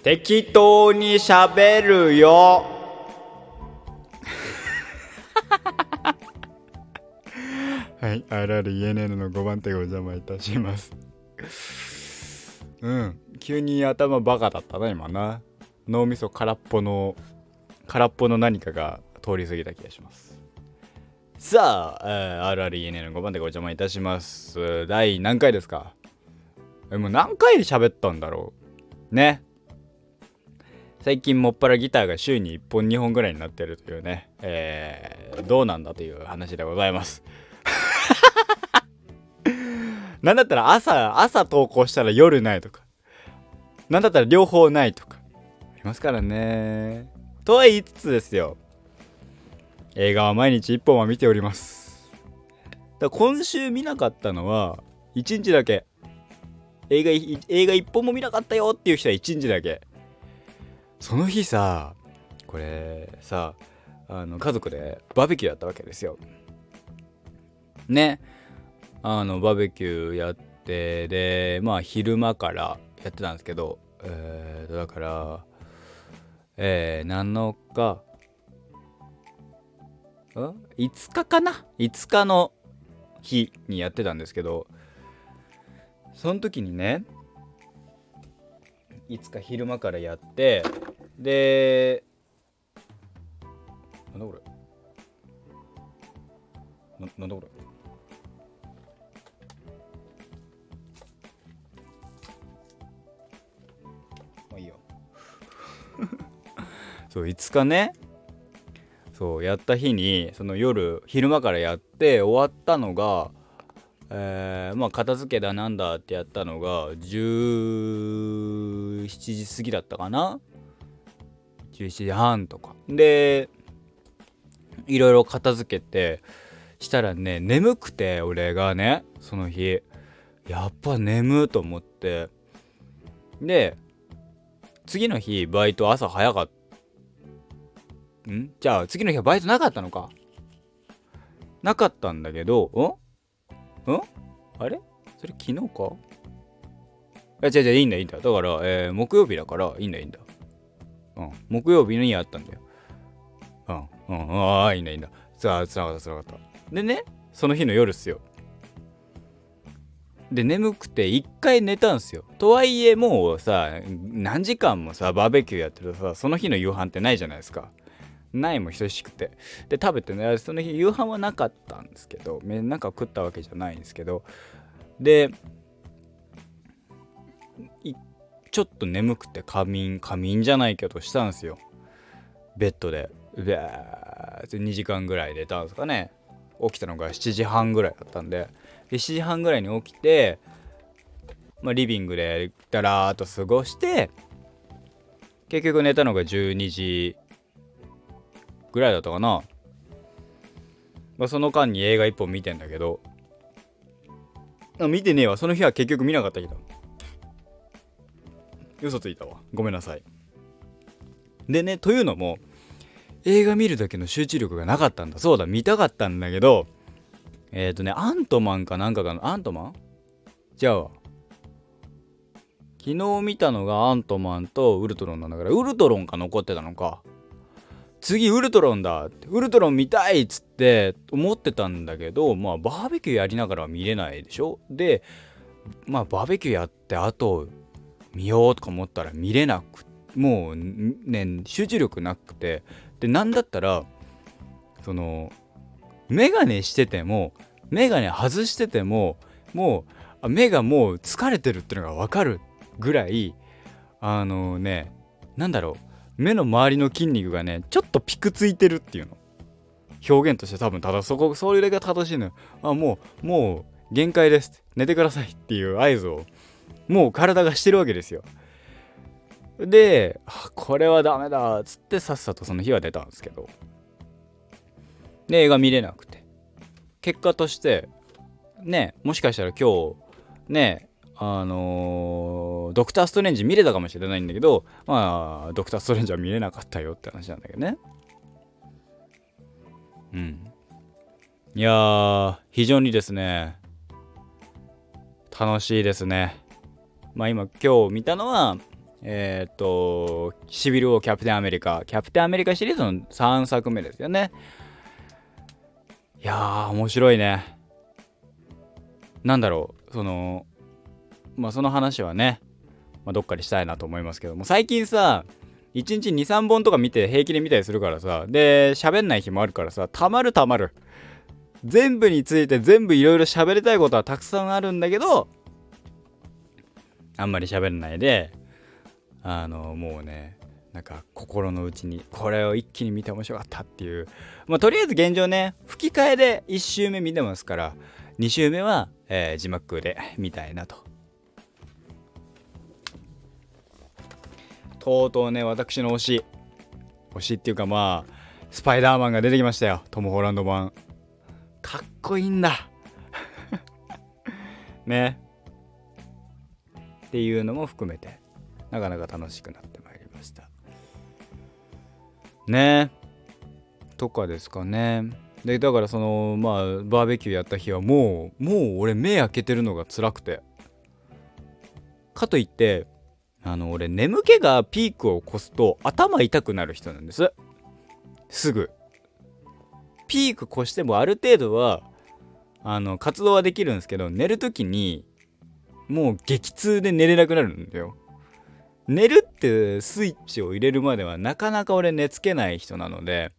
適当に喋るよ。はい、RRENN の5番手がお邪魔いたします。急に頭バカだったな今な。脳みそ空っぽの何かが通り過ぎた気がします。さあ、RRENN の5番手がお邪魔いたします。第何回ですか？もう何回喋ったんだろうね。最近もっぱらギターが週に1本2本ぐらいになってるというね、どうなんだという話でございます。なんだったら朝投稿したら夜ないとか、なんだったら両方ないとかありますからね。とは言いつつですよ、映画は毎日1本は見ております。だから今週見なかったのは1日だけ。映画1本も見なかったよっていう人は1日だけ。その日さ、これさ、家族でバーベキューやったわけですよね。バーベキューやってで、まあ昼間からやってたんですけど、だから7日5日かな、5日の日にやってたんですけど、その時にね、いつか昼間からやって、で、なんだこれなんだこれまあいいよ。そう、5日ね、そうやった日に、その昼間からやって終わったのが、まあ片付けだなんだってやったのが17時過ぎだったかな。17時半とかでいろいろ片付けてしたらね、眠くて、俺がねその日やっぱ眠と思って、で次の日バイト朝早かった。じゃあ次の日はバイトなかったのか。なかったんだけど、あれそれ昨日か。違ういいんだ。だから、木曜日だからいいんだ。木曜日にやったんだよ。いいんだ。さあ、つながった。でね、その日の夜っすよ。で、眠くて一回寝たんすよ。とはいえもうさ、何時間もさバーベキューやってるとさ、その日の夕飯ってないじゃないですか。ないも等しくて、で食べてね、その日夕飯はなかったんですけど、なんか食ったわけじゃないんですけど、でちょっと眠くて仮眠じゃないけどしたんですよ、ベッドで。2時間ぐらい寝たんですかね。起きたのが7時半ぐらいだったんで、7時半ぐらいに起きて、リビングでだらーっと過ごして、結局寝たのが12時ぐらいだったかな。その間に映画1本見てんだけど、見てねえわ。その日は結局見なかったけど、嘘ついたわ、ごめんなさい。でね、というのも映画見るだけの集中力がなかったんだ。そうだ、見たかったんだけど、アントマンかなんかが、アントマンじゃあ昨日見たのがアントマンとウルトロンなんだから、ウルトロンが残ってたのか。次ウルトロンだって、ウルトロン見たいっつって思ってたんだけど、バーベキューやりながらは見れないでしょ。でバーベキューやってあと見ようとか思ったら見れなく、もうね集中力なくて、でなんだったらそのメガネしてても、メガネ外してても、もう目がもう疲れてるってのが分かるぐらい、なんだろう、目の周りの筋肉がねちょっとピクついてるっていうの、表現として多分それが正しいのよ。もう限界です、寝てくださいっていう合図をもう体がしてるわけですよ。でこれはダメだっつってさっさとその日は出たんですけど、で映画見れなくて、結果としてね、もしかしたら今日ね、ドクターストレンジ見れたかもしれないんだけど、ドクターストレンジは見れなかったよって話なんだけどね。いやー、非常にですね楽しいですね。今日見たのはシビル王キャプテンアメリカシリーズの3作目ですよね。いやー面白いね。なんだろう、その話はね、どっかでしたいなと思いますけども、最近さ1日 2,3 本とか見て平気で見たりするからさ、で喋んない日もあるからさ、たまる全部について全部いろいろ喋りたいことはたくさんあるんだけど、あんまり喋んないで、もうね、なんか心の内にこれを一気に見て面白かったっていう、とりあえず現状ね、吹き替えで1周目見てますから、2周目は、字幕で見たいなと。とうとうね、私の推しっていうか、スパイダーマンが出てきましたよ。トム・ホランド版かっこいいんだねっていうのも含めて、なかなか楽しくなってまいりましたねとかですかね。でだからバーベキューやった日はもう俺目開けてるのが辛くて、かといって俺眠気がピークを越すと頭痛くなる人なんです。すぐピーク越してもある程度は活動はできるんですけど、寝るときにもう激痛で寝れなくなるんだよ。寝るってスイッチを入れるまではなかなか俺寝つけない人なので、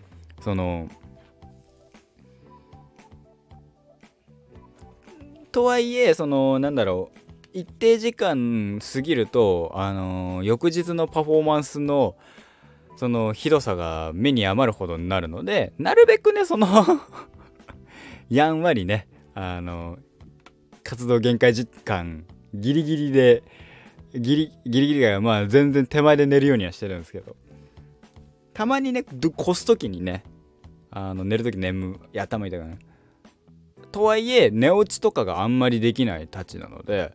とはいえなんだろう、一定時間過ぎると翌日のパフォーマンスのひどさが目に余るほどになるので、なるべくねやんわりね活動限界時間ギリギリでギリギリが全然手前で寝るようにはしてるんですけど、たまにね越す時にね寝る時頭痛くないとはいえ寝落ちとかがあんまりできないたちなので、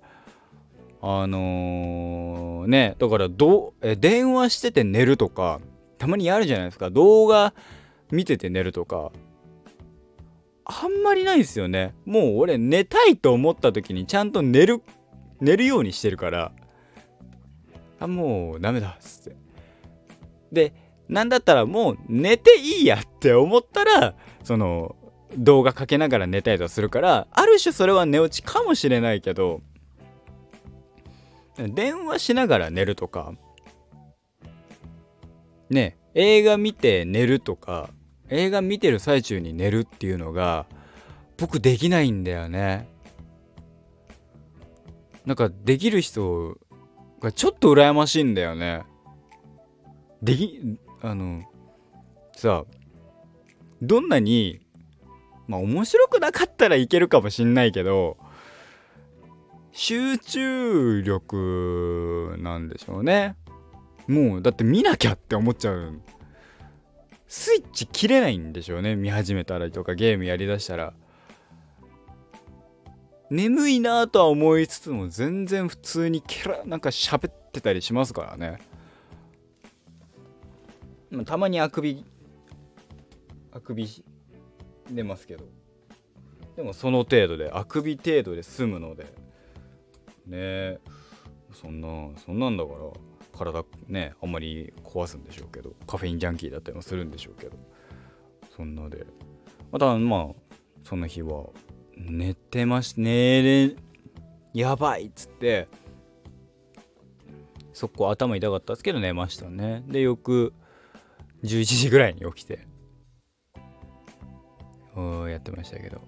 だから電話してて寝るとかたまにやるじゃないですか。動画見てて寝るとかあんまりないですよね。もう俺寝たいと思った時にちゃんと寝るようにしてるから、もうダメだっつって、でなんだったらもう寝ていいやって思ったら動画かけながら寝たりとするから、ある種それは寝落ちかもしれないけど、電話しながら寝るとかね、映画見て寝るとか、映画見てる最中に寝るっていうのが僕できないんだよね。なんかできる人がちょっと羨ましいんだよね。さ、どんなに面白くなかったらいけるかもしんないけど、集中力なんでしょうね。もうだって見なきゃって思っちゃう。スイッチ切れないんでしょうね。見始めたらとかゲームやりだしたら眠いなとは思いつつも全然普通になんか喋ってたりしますからね。たまにあくび出ますけど、でもその程度であくび程度で済むのでね。そんなんだから体ねあんまり壊すんでしょうけど、カフェインジャンキーだったりもするんでしょうけど、そんなでその日は寝れやばいっつってそこ頭痛かったですけど寝ましたね。で翌11時ぐらいに起きてやってましたけど、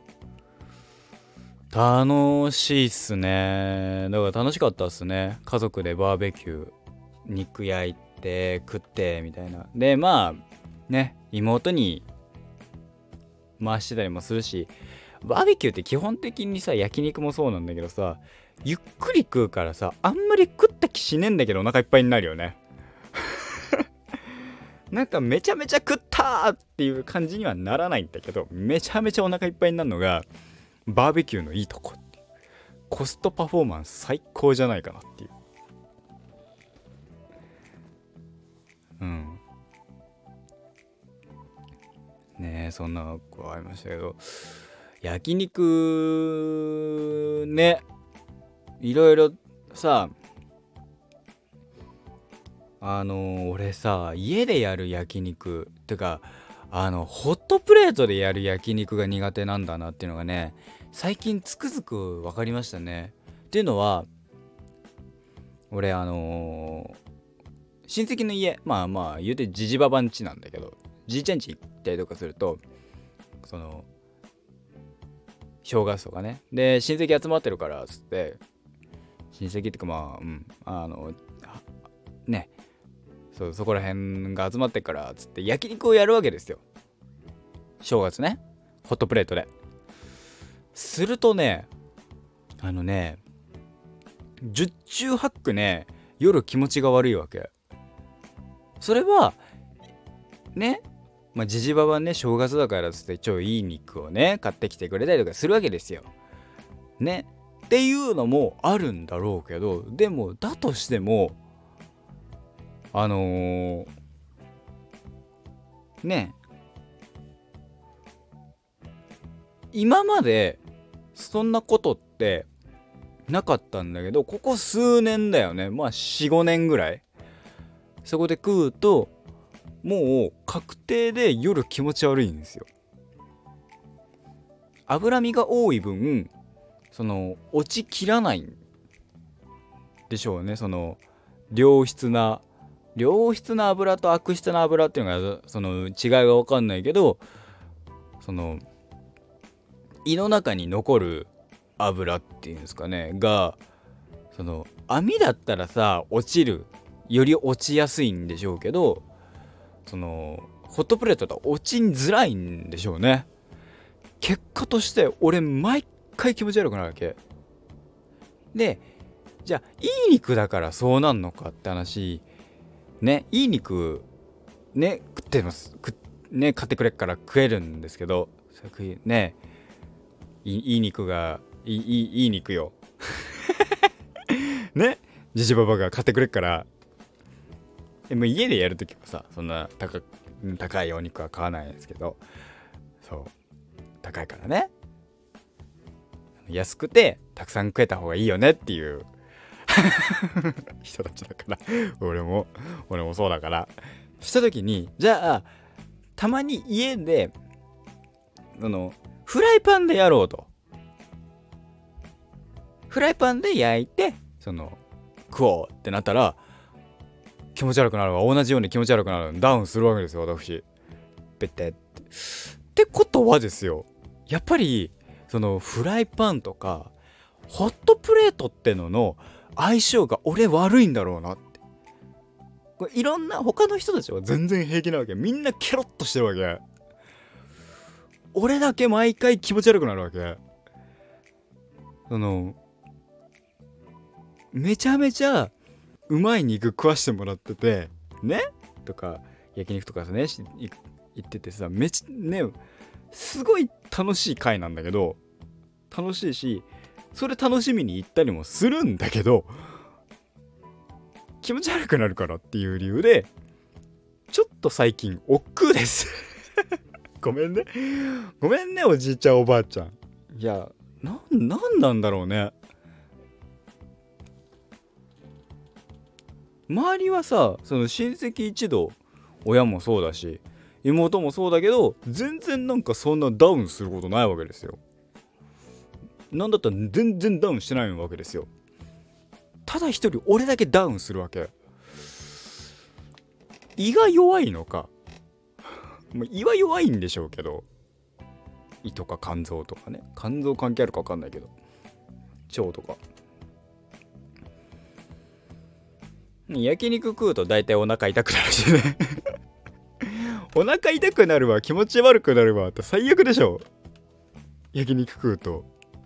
楽しいっすね。だから楽しかったっすね。家族でバーベキュー肉焼いて食ってみたいな。でね、妹に回してたりもするし、バーベキューって基本的にさ、焼肉もそうなんだけどさ、ゆっくり食うからさ、あんまり食った気しねえんだけどお腹いっぱいになるよね。なんかめちゃめちゃ食ったーっていう感じにはならないんだけど、めちゃめちゃお腹いっぱいになるのがバーベキューのいいとこっていう、コストパフォーマンス最高じゃないかなっていう。ねえ、そんな子ありましたけど、焼肉ね、いろいろさ俺さ、家でやる焼肉てか、ホットプレートでやる焼肉が苦手なんだなっていうのがね、最近つくづく分かりましたね。っていうのは、俺親戚の家、まあまあ言うてじじばばん家なんだけど、じいちゃん家行ったりとかすると、その正月とかね、で親戚集まってるからっつって、親戚ってかまあね、そこら辺が集まってからっつって焼肉をやるわけですよ、正月ね、ホットプレートで。するとね、十中八九ね、夜気持ちが悪いわけ。それはね、まあじじばばね、正月だからっつって超いい肉をね買ってきてくれたりとかするわけですよね。っていうのもあるんだろうけど、でもだとしてもね、今までそんなことってなかったんだけど、ここ数年だよね、まあ 4,5 年ぐらいそこで食うと、もう確定で夜気持ち悪いんですよ。脂身が多い分、落ちきらないんでしょうね。良質な油と悪質な油っていうのが、違いが分かんないけど、胃の中に残る油っていうんですかねが、網だったらさより落ちやすいんでしょうけど、ホットプレートだと落ちづらいんでしょうね。結果として俺毎回気持ち悪くなるわけで、じゃあいい肉だからそうなんのかって話ね。いい肉ね食ってますね、買ってくれっから食えるんですけどね、いい肉がいい肉よね、ジジババが買ってくれっから。もう家でやるときはさ、そんな高いお肉は買わないんですけど、そう高いからね、安くてたくさん食えた方がいいよねっていう人たちだから俺もそうだから。した時に、じゃあたまに家でフライパンでやろうと、フライパンで焼いて食おうってなったら気持ち悪くなるわ。同じように気持ち悪くなる、ダウンするわけですよ私。ペッテってことはですよ、やっぱりフライパンとかホットプレートってのの相性が俺悪いんだろうなって。これいろんな他の人たちは全然平気なわけ、みんなケロッとしてるわけ。俺だけ毎回気持ち悪くなるわけ。めちゃめちゃうまい肉食わしてもらっててね、とか焼肉とかね行っててさ、すごい楽しい回なんだけど、楽しいしそれ楽しみに行ったりもするんだけど、気持ち悪くなるからっていう理由でちょっと最近億劫ですごめんねおじいちゃんおばあちゃん。いや、なんなんだろうね。周りはさ、親戚一同、親もそうだし妹もそうだけど、全然なんかそんなダウンすることないわけですよ。なんだったら全然ダウンしてないわけですよ。ただ一人俺だけダウンするわけ。胃が弱いのか、胃は弱いんでしょうけど、胃とか肝臓とかね、肝臓関係あるか分かんないけど、腸とか。焼肉食うと大体お腹痛くなるしねお腹痛くなるわ、気持ち悪くなるわって最悪でしょ、焼肉食うと。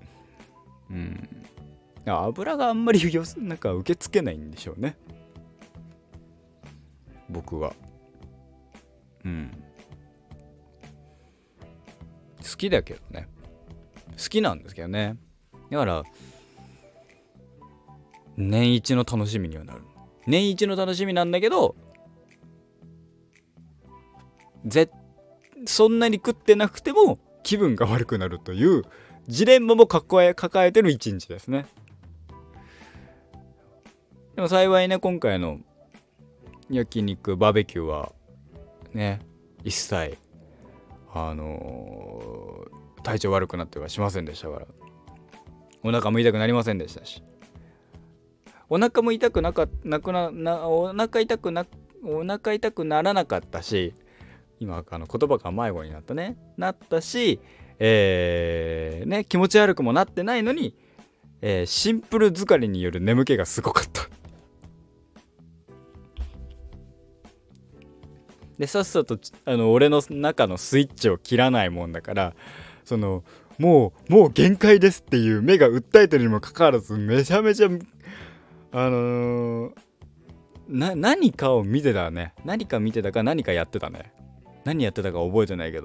油があんまりなんか受け付けないんでしょうね、僕は。好きだけどね、好きなんですけどね。だから年一の楽しみにはなる。年一の楽しみなんだけど、そんなに食ってなくても気分が悪くなるというジレンマも抱えてる一日ですね。でも幸いね、今回の焼肉バーベキューはね一切体調悪くなってはしませんでしたから、お腹も痛くなりませんでしたし、お腹も痛くなかなくなお腹痛くならなかったし、今言葉が迷子になったし、気持ち悪くもなってないのに、シンプル疲れによる眠気がすごかったで、さっさと俺の中のスイッチを切らないもんだから、もう限界ですっていう目が訴えてるにもかかわらず、めちゃめちゃ何かを見てたね。何か見てたか何かやってたね。何やってたか覚えてないけど、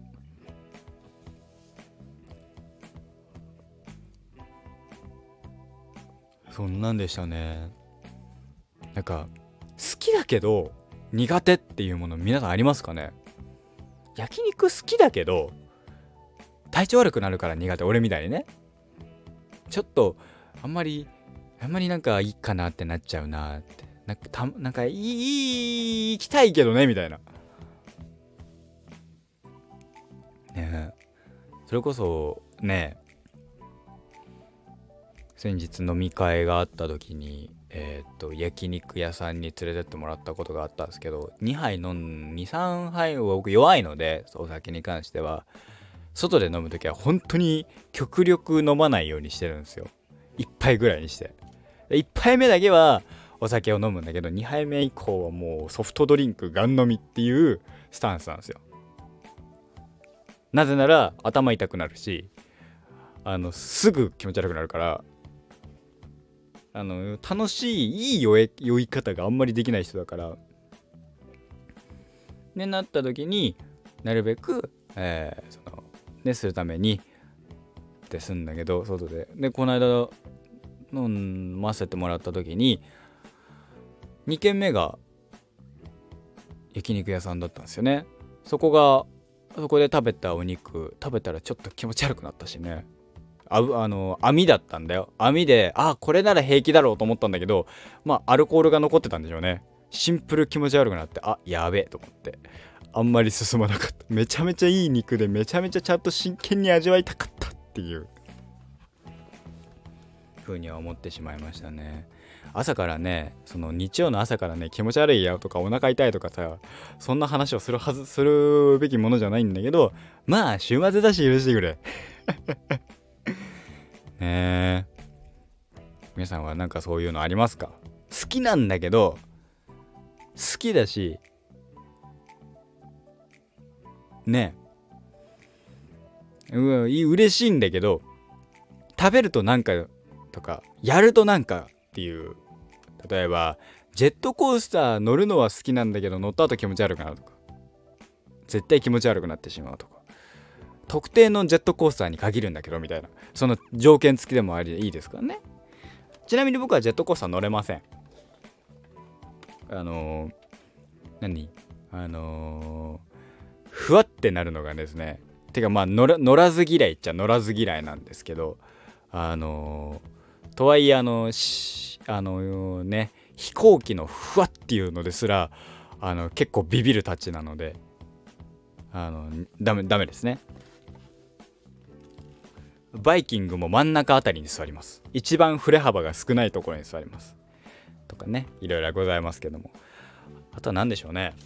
そんなんでしたね。なんか好きだけど苦手っていうもの皆さんありますかね。焼肉好きだけど体調悪くなるから苦手。俺みたいにね、ちょっとあんまりなんかいいかなってなっちゃうなって、なんか行きたいけどねみたいなね。それこそね、先日飲み会があった時に焼肉屋さんに連れてってもらったことがあったんですけど、2、3杯は僕弱いので、お酒に関しては外で飲むときは本当に極力飲まないようにしてるんですよ。1杯ぐらいにして、1杯目だけはお酒を飲むんだけど、2杯目以降はもうソフトドリンクガン飲みっていうスタンスなんですよ。なぜなら頭痛くなるし、すぐ気持ち悪くなるから、楽しいいい酔い方があんまりできない人だから、ね、なった時になるべく、するためにってすんだけど、外でこの間飲ませてもらった時に2軒目が焼肉屋さんだったんですよね。そこで食べたお肉食べたらちょっと気持ち悪くなったしね。網だったんだよ。網でこれなら平気だろうと思ったんだけど、アルコールが残ってたんでしょうね。シンプル気持ち悪くなって、やべえと思ってあんまり進まなかった。めちゃめちゃいい肉でめちゃめちゃちゃんと真剣に味わいたかったっていう風には思ってしまいましたね。朝からね、日曜の朝からね、気持ち悪いやとかお腹痛いとかさ、そんな話をするべきものじゃないんだけど、週末だし許してくれね。皆さんはなんかそういうのありますか？好きなんだけど、好きだしね、嬉しいんだけど、食べるとなんかとかやるとなんかっていう、例えばジェットコースター乗るのは好きなんだけど乗った後気持ち悪くなるとか、絶対気持ち悪くなってしまうとか、特定のジェットコースターに限るんだけどみたいな、その条件付きでもいいですからね。ちなみに僕はジェットコースター乗れません。ふわってなるのがですね、てか乗らず嫌いっちゃ乗らず嫌いなんですけど、とはいえ飛行機のふわっていうのですら結構ビビるたちなので、ダメですね。バイキングも真ん中あたりに座ります。一番振れ幅が少ないところに座りますとかね、いろいろございますけども、あとは何でしょうね。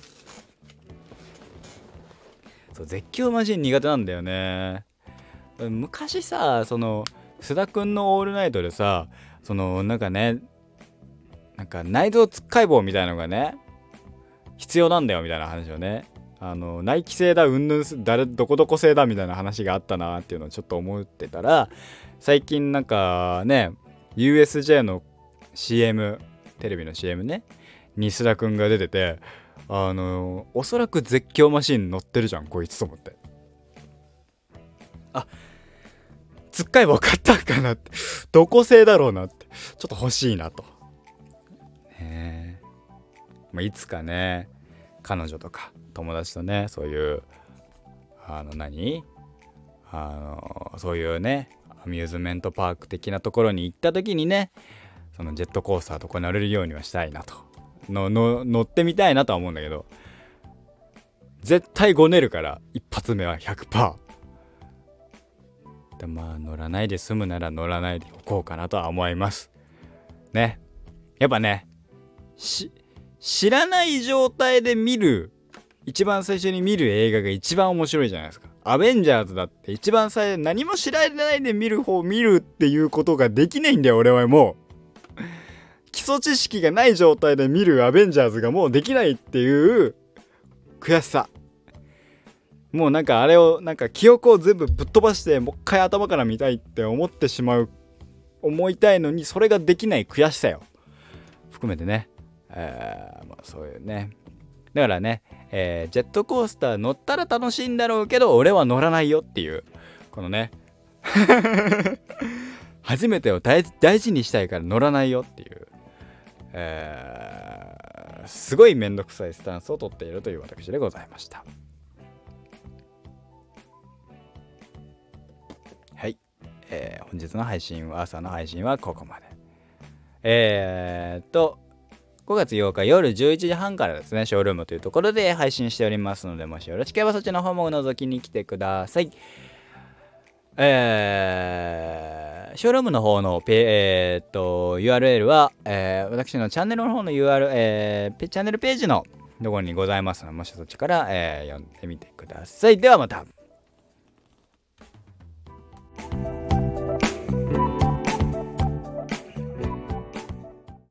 そう、絶叫マシン苦手なんだよね。昔さ、須田くんのオールナイトでさ、なんか内臓つっかい棒みたいなのがね必要なんだよみたいな話をね、内気性だどこどこ性だみたいな話があったなっていうのをちょっと思ってたら、最近なんかね USJ の CM、 テレビの CM ねに須田くんが出てて、おそらく絶叫マシン乗ってるじゃんこいつと思って、つっかい棒買ったんかなって、どこ製だろうなって、ちょっと欲しいなとね。いつかね、彼女とか友達とね、そういうそういうねアミューズメントパーク的なところに行った時にね、そのジェットコースターとか乗れるようにはしたいなと。 乗ってみたいなとは思うんだけど、絶対ごねるから一発目は 100%。 でまあ乗らないで済むなら乗らないでおこうかなとは思いますね。やっぱね、知らない状態で一番最初に見る映画が一番面白いじゃないですか。アベンジャーズだって一番最初何も知らないで見るっていうことができないんだよ。俺はもう基礎知識がない状態で見るアベンジャーズがもうできないっていう悔しさ。もうなんかあれをなんか記憶を全部ぶっ飛ばしてもう一回頭から見たいって思いたいのにそれができない悔しさよ含めてね、まあ、そういうね。だからね、ジェットコースター乗ったら楽しいんだろうけど俺は乗らないよっていうこのね初めてを大事にしたいから乗らないよっていう、すごいめんどくさいスタンスを取っているという私でございました。はい、本日の朝の配信はここまで。5月8日夜11時半からですね、ショールームというところで配信しておりますので、もしよろしければそっちの方も覗きに来てください。ショールームの方のURL は、私のチャンネルの方の チャンネルページのところにございますので、もしそっちから、読んでみてください。ではまた。